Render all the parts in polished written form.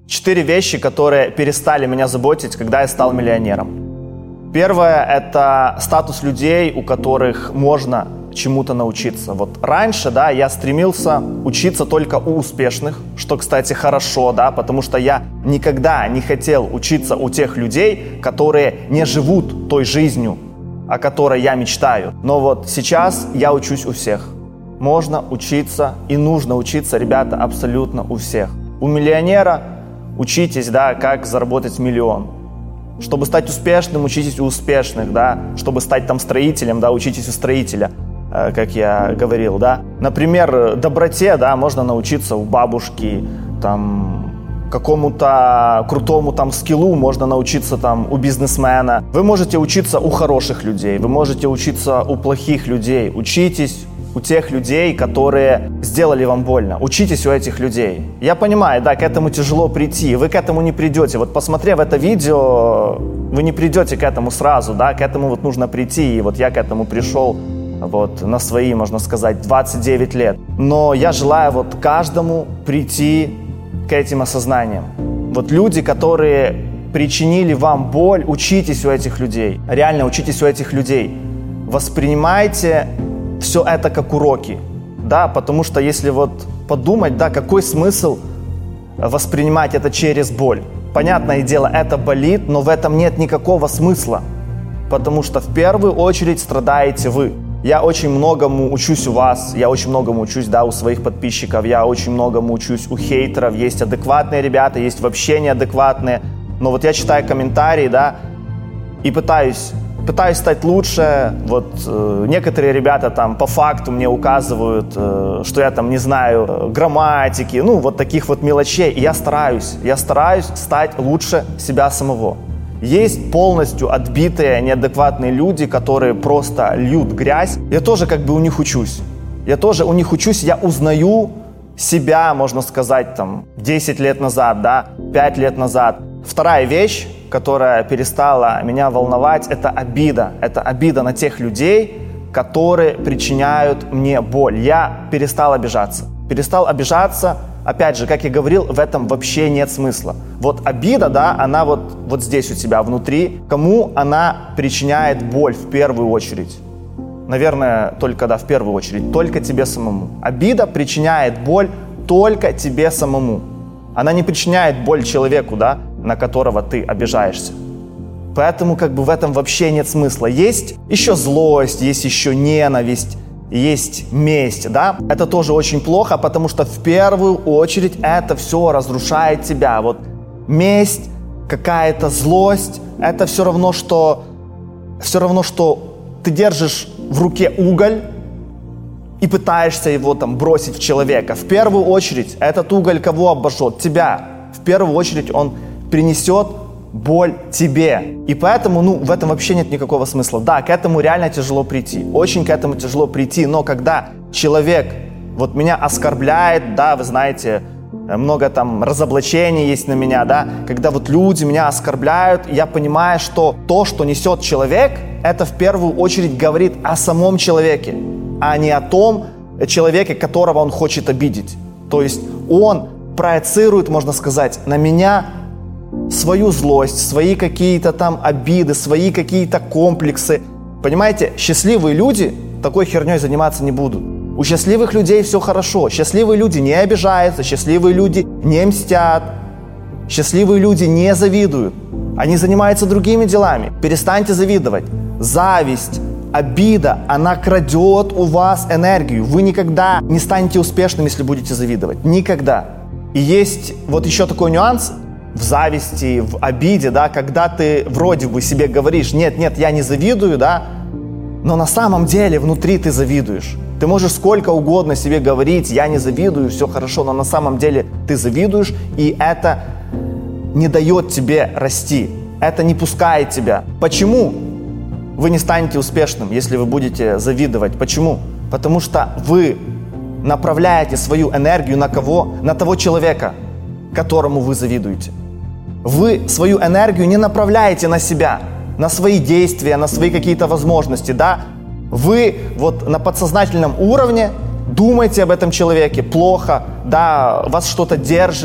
4 вещи, которые перестали меня заботить, когда я стал миллионером. Первое – это статус людей, у которых можно чему-то научиться. Вот раньше, да, я стремился учиться только у успешных, что, кстати, хорошо, да, потому что я никогда не хотел учиться у тех людей, которые не живут той жизнью, о которой я мечтаю. Но вот сейчас я учусь у всех. Можно учиться и нужно учиться, ребята, абсолютно у всех. У миллионера учитесь, да, как заработать миллион. Чтобы стать успешным, учитесь у успешных, да. Чтобы стать там строителем, да, учитесь у строителя, как я говорил, да. Например, доброте, да, можно научиться у бабушки, там, какому-то крутому там скиллу можно научиться там у бизнесмена. Вы можете учиться у хороших людей, вы можете учиться у плохих людей. Учитесь у тех людей, которые сделали вам больно. Учитесь у этих людей. Я понимаю, да, к этому тяжело прийти. Вы к этому не придете. Вот посмотрев это видео, вы не придете к этому сразу, да, к этому вот нужно прийти. И вот я к этому пришел вот на свои, можно сказать, 29 лет. Но я желаю вот каждому прийти к этим осознаниям. Вот люди, которые причинили вам боль, учитесь у этих людей. Реально учитесь у этих людей. Воспринимайте все это как уроки, да, потому что если вот подумать, да, какой смысл воспринимать это через боль? Понятное дело, это болит, но в этом нет никакого смысла, потому что в первую очередь страдаете вы. Я очень многому учусь у вас, я очень многому учусь, да, у своих подписчиков, я очень многому учусь у хейтеров, есть адекватные ребята, есть вообще неадекватные, но вот я читаю комментарии, да, и пытаюсь стать лучше. Вот некоторые ребята там по факту мне указывают, что я там не знаю грамматики, ну вот таких вот мелочей. И я стараюсь стать лучше себя самого. Есть полностью отбитые, неадекватные люди, которые просто льют грязь. Я тоже как бы у них учусь. Я узнаю себя, можно сказать, там 10 лет назад, да, 5 лет назад. Вторая вещь, которая перестала меня волновать, это обида. Это обида на тех людей, которые причиняют мне боль. Я перестал обижаться. Опять же, как я говорил, в этом вообще нет смысла. Вот обида, да, она вот здесь у тебя внутри. Кому она причиняет боль в первую очередь? Наверное, в первую очередь, только тебе самому. Обида причиняет боль только тебе самому. Она не причиняет боль человеку, да, на которого ты обижаешься. Поэтому как бы в этом вообще нет смысла. Есть еще злость, есть еще ненависть, есть месть, да. Это тоже очень плохо, потому что в первую очередь это все разрушает тебя. Вот месть, какая-то злость, это все равно, что ты держишь в руке уголь и пытаешься его там бросить в человека. В первую очередь этот уголь кого обожжет? Тебя. В первую очередь он принесет боль тебе. И поэтому, в этом вообще нет никакого смысла. Да, к этому реально тяжело прийти. Очень к этому тяжело прийти. Но когда человек вот меня оскорбляет, да, вы знаете, много там разоблачений есть на меня, да, когда вот люди меня оскорбляют, я понимаю, что то, что несет человек, это в первую очередь говорит о самом человеке, а не о том человеке, которого он хочет обидеть. То есть он проецирует, можно сказать, на меня свою злость, свои какие-то там обиды, свои какие-то комплексы. Понимаете, счастливые люди такой херней заниматься не будут. У счастливых людей все хорошо. Счастливые люди не обижаются, счастливые люди не мстят, счастливые люди не завидуют. Они занимаются другими делами. Перестаньте завидовать. Зависть, обида, она крадет у вас энергию. Вы никогда не станете успешным, если будете завидовать. Никогда. И есть вот еще такой нюанс в зависти, в обиде, да, когда ты вроде бы себе говоришь, нет, я не завидую, да, но на самом деле внутри ты завидуешь. Ты можешь сколько угодно себе говорить, я не завидую, все хорошо, но на самом деле ты завидуешь, и это не дает тебе расти, это не пускает тебя. Почему вы не станете успешным, если вы будете завидовать? Почему? Потому что вы направляете свою энергию на кого? На того человека, которому вы завидуете. Вы свою энергию не направляете на себя, на свои действия, на свои какие-то возможности, да? Вы вот на подсознательном уровне думаете об этом человеке плохо, да, вас что-то держит,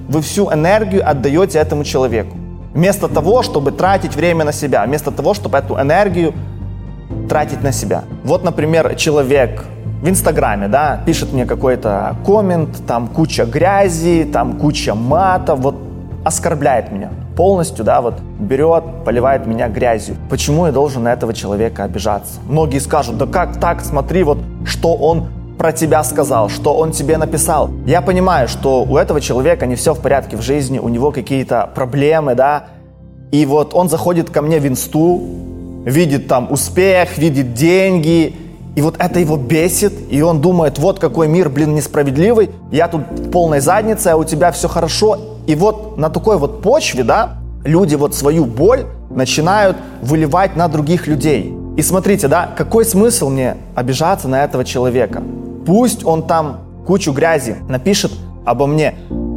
вы всю энергию отдаете этому человеку. Вместо того, чтобы тратить время на себя, вместо того, чтобы эту энергию тратить на себя. Вот, например, человек в Инстаграме, да, пишет мне какой-то коммент, там куча грязи, там куча мата, вот оскорбляет меня полностью, да, вот берет, поливает меня грязью. Почему я должен на этого человека обижаться? Многие скажут, да как так, смотри, вот что он про тебя сказал, что он тебе написал. Я понимаю, что у этого человека не все в порядке в жизни, у него какие-то проблемы, да, и вот он заходит ко мне в Инсту, видит там успех, видит деньги, и вот это его бесит, и он думает, вот какой мир, блин, несправедливый, я тут в полной заднице, а у тебя все хорошо. И вот на такой вот почве, да, люди вот свою боль начинают выливать на других людей. И смотрите, да, какой смысл мне обижаться на этого человека? Пусть он там кучу грязи напишет обо мне,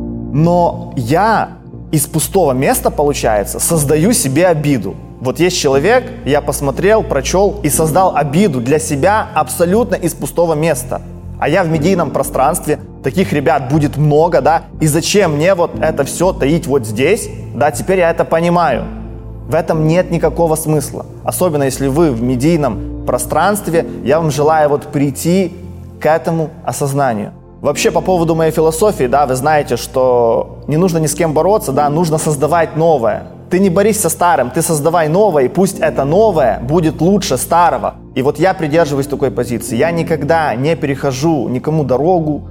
но я из пустого места, получается, создаю себе обиду. Вот есть человек, я посмотрел, прочел и создал обиду для себя абсолютно из пустого места. А я в медийном пространстве, таких ребят будет много, да, и зачем мне вот это все таить вот здесь, да, теперь я это понимаю. В этом нет никакого смысла. Особенно если вы в медийном пространстве, я вам желаю вот прийти к этому осознанию. Вообще, по поводу моей философии, да, вы знаете, что не нужно ни с кем бороться, да, нужно создавать новое. Ты не борись со старым, ты создавай новое, и пусть это новое будет лучше старого. И вот я придерживаюсь такой позиции. Я никогда не перехожу никому дорогу,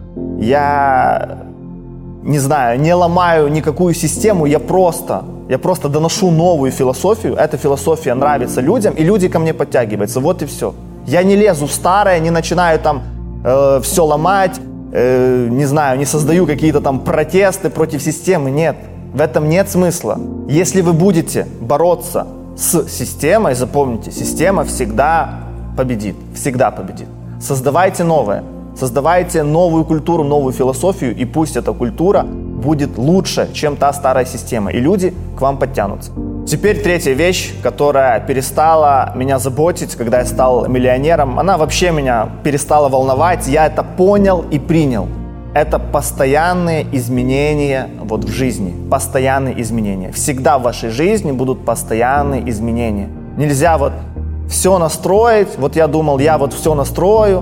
я, не знаю, не ломаю никакую систему, я просто доношу новую философию. Эта философия нравится людям, и люди ко мне подтягиваются. Вот и все. Я не лезу в старое, не начинаю там все ломать, не знаю, не создаю какие-то там протесты против системы. Нет. В этом нет смысла. Если вы будете бороться с системой, запомните, система всегда победит. Всегда победит. Создавайте новое. Создавайте новую культуру, новую философию, и пусть эта культура будет лучше, чем та старая система, и люди к вам подтянутся. Теперь третья вещь, которая перестала меня заботить, когда я стал миллионером, она вообще меня перестала волновать, я это понял и принял. Это постоянные изменения вот в жизни, постоянные изменения. Всегда в вашей жизни будут постоянные изменения. Нельзя вот все настроить, вот я думал, я вот все настрою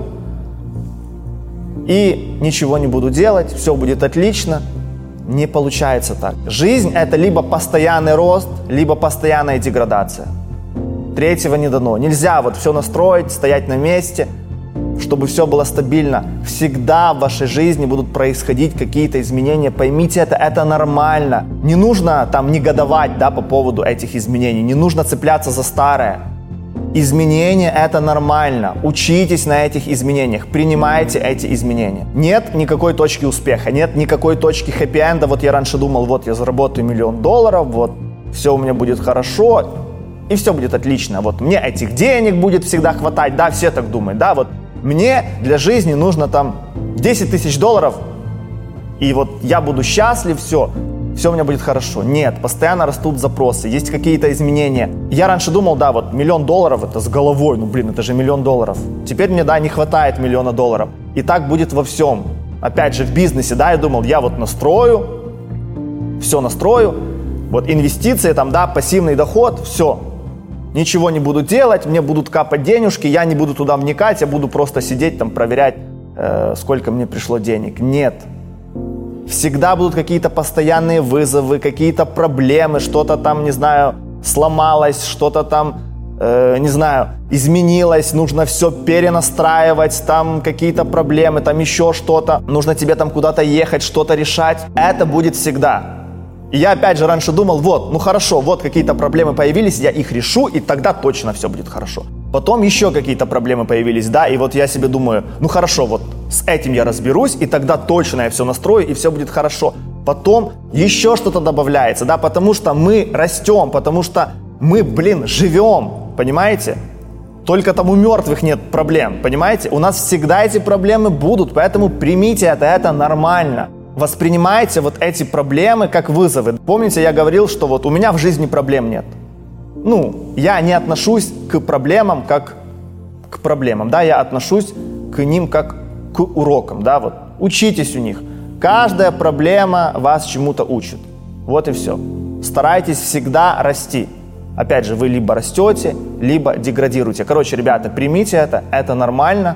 и ничего не буду делать, все будет отлично. Не получается так. Жизнь — это либо постоянный рост, либо постоянная деградация. Третьего не дано. Нельзя вот все настроить, стоять на месте, чтобы все было стабильно. Всегда в вашей жизни будут происходить какие-то изменения. Поймите это нормально. Не нужно там негодовать, да, по поводу этих изменений. Не нужно цепляться за старое. Изменения — это нормально. Учитесь на этих изменениях. Принимайте эти изменения. Нет никакой точки успеха, нет никакой точки хэппи-энда. Вот я раньше думал, вот я заработаю $1 миллион, вот все у меня будет хорошо, и все будет отлично. Вот мне этих денег будет всегда хватать, да, все так думают, да, вот. Мне для жизни нужно там $10 тысяч, и вот я буду счастлив, все у меня будет хорошо. Нет, постоянно растут запросы, есть какие-то изменения. Я раньше думал, да, вот $1 миллион это с головой, это же $1 миллион. Теперь мне, да, не хватает $1 миллиона. И так будет во всем. Опять же, в бизнесе, да, я думал, я вот настрою, вот инвестиции там, да, пассивный доход, все. Ничего не буду делать, мне будут капать денежки, я не буду туда вникать, я буду просто сидеть там, проверять, сколько мне пришло денег. Нет. Всегда будут какие-то постоянные вызовы, какие-то проблемы, что-то там, не знаю, сломалось, что-то там, не знаю, изменилось, нужно все перенастраивать, там какие-то проблемы, там еще что-то, нужно тебе там куда-то ехать, что-то решать. Это будет всегда. И я опять же раньше думал, хорошо, вот какие-то проблемы появились, я их решу, и тогда точно все будет хорошо. Потом еще какие-то проблемы появились, да, и вот я себе думаю, хорошо, вот с этим я разберусь, и тогда точно я все настрою, и все будет хорошо. Потом еще что-то добавляется, да, потому что мы растем, потому что мы, живем, понимаете? Только там у мертвых нет проблем, понимаете? У нас всегда эти проблемы будут, поэтому примите это нормально. Воспринимайте вот эти проблемы как вызовы. Помните, я говорил, что вот у меня в жизни проблем нет. Я не отношусь к проблемам как к проблемам, да, я отношусь к ним как к урокам, да, вот. Учитесь у них, Каждая проблема вас чему-то учит. Вот и все. Старайтесь всегда расти. Опять же, вы либо растете, либо деградируете. Короче, ребята, примите это нормально.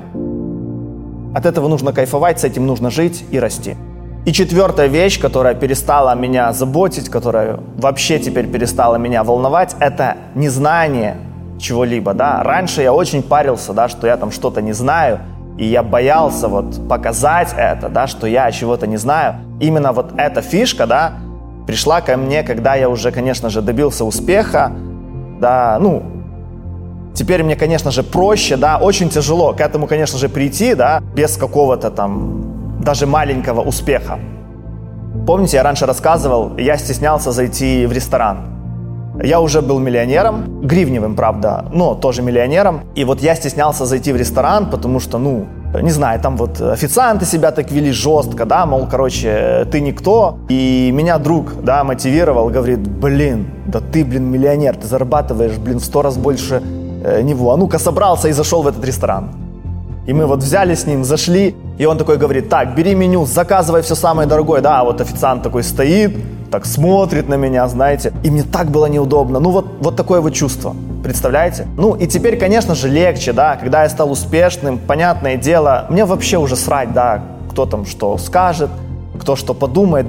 От этого нужно кайфовать, с этим нужно жить и расти. И четвертая вещь, которая перестала меня заботить, которая вообще теперь перестала меня волновать, это незнание чего-либо, да. Раньше я очень парился, да, что я там что-то не знаю, и я боялся вот показать это, да, что я чего-то не знаю. Именно вот эта фишка, да, пришла ко мне, когда я уже, конечно же, добился успеха, да, теперь мне, конечно же, проще, да, очень тяжело к этому, конечно же, прийти, да, без какого-то там даже маленького успеха. Помните, я раньше рассказывал, я стеснялся зайти в ресторан. Я уже был миллионером, гривневым, правда, но тоже миллионером. И вот я стеснялся зайти в ресторан, потому что, не знаю, там вот официанты себя так вели жестко, да, мол, короче, ты никто. И меня друг, да, мотивировал, говорит, да ты, миллионер, ты зарабатываешь, в 100 раз больше него. А ну-ка собрался и зашел в этот ресторан. И мы вот взяли с ним, зашли, и он такой говорит, так, бери меню, заказывай все самое дорогое. Да, а вот официант такой стоит, так смотрит на меня, знаете. И мне так было неудобно. Вот такое вот чувство, представляете? И теперь, конечно же, легче, да, когда я стал успешным, понятное дело, мне вообще уже срать, да, кто там что скажет, кто что подумает.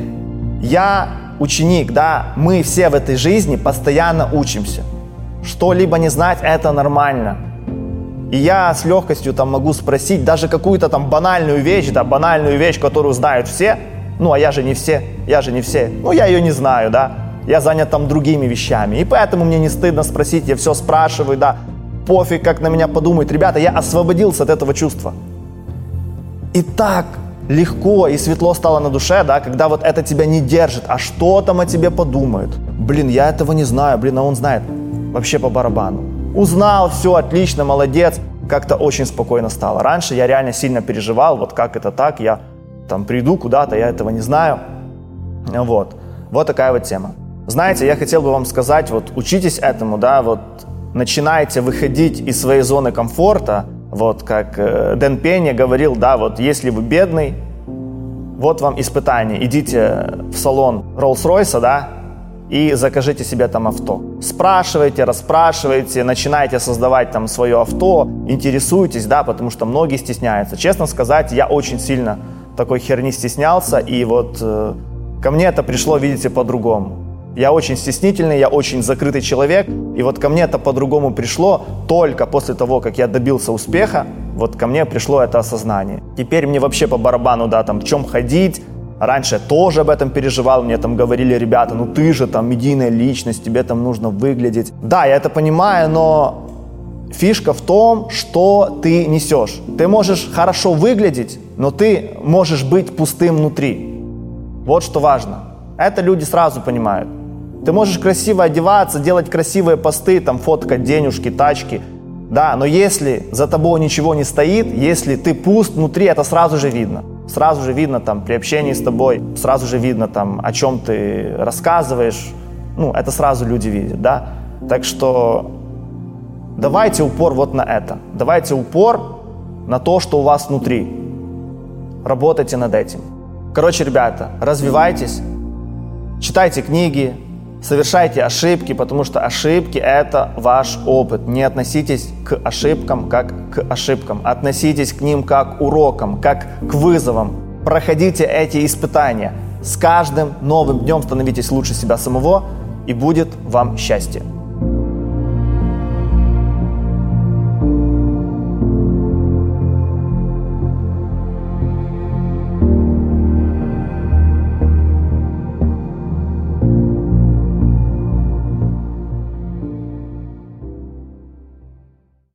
Я ученик, да, мы все в этой жизни постоянно учимся. Что-либо не знать – это нормально. И я с легкостью там могу спросить даже какую-то там банальную вещь, которую знают все. А я же не все. Я ее не знаю, да. Я занят там другими вещами. И поэтому мне не стыдно спросить, я все спрашиваю, да. Пофиг, как на меня подумают. Ребята, я освободился от этого чувства. И так легко и светло стало на душе, да, когда вот это тебя не держит. А что там о тебе подумают? Я этого не знаю, а он знает. Вообще по барабану. Узнал, все, отлично, молодец. Как-то очень спокойно стало. Раньше я реально сильно переживал, вот как это так, я там приду куда-то, я этого не знаю. Вот такая вот тема. Знаете, я хотел бы вам сказать, вот учитесь этому, да, вот начинайте выходить из своей зоны комфорта, вот как Дэн Пенни говорил, да, вот если вы бедный, вот вам испытание, идите в салон Роллс-Ройса, да, и закажите себе там авто. Спрашивайте, расспрашивайте, начинайте создавать там свое авто, интересуйтесь, да, потому что многие стесняются. Честно сказать, я очень сильно такой херни стеснялся, и вот ко мне это пришло, видите, по-другому. Я очень стеснительный, я очень закрытый человек, и вот ко мне это по-другому пришло только после того, как я добился успеха, вот ко мне пришло это осознание. Теперь мне вообще по барабану, да, там, в чем ходить. Раньше я тоже об этом переживал, мне там говорили ребята, ты же там медийная личность, тебе там нужно выглядеть. Да, я это понимаю, но фишка в том, что ты несешь. Ты можешь хорошо выглядеть, но ты можешь быть пустым внутри. Вот что важно. Это люди сразу понимают. Ты можешь красиво одеваться, делать красивые посты, там фоткать денежки, тачки. Да, но если за тобой ничего не стоит, если ты пуст внутри, это сразу же видно. Сразу же видно там при общении с тобой, сразу же видно там, о чем ты рассказываешь. Это сразу люди видят, да. Так что давайте упор вот на это. Давайте упор на то, что у вас внутри. Работайте над этим. Короче, ребята, развивайтесь, читайте книги, совершайте ошибки, потому что ошибки – это ваш опыт. Не относитесь к ошибкам как к ошибкам. Относитесь к ним как к урокам, как к вызовам. Проходите эти испытания. С каждым новым днем становитесь лучше себя самого, и будет вам счастье.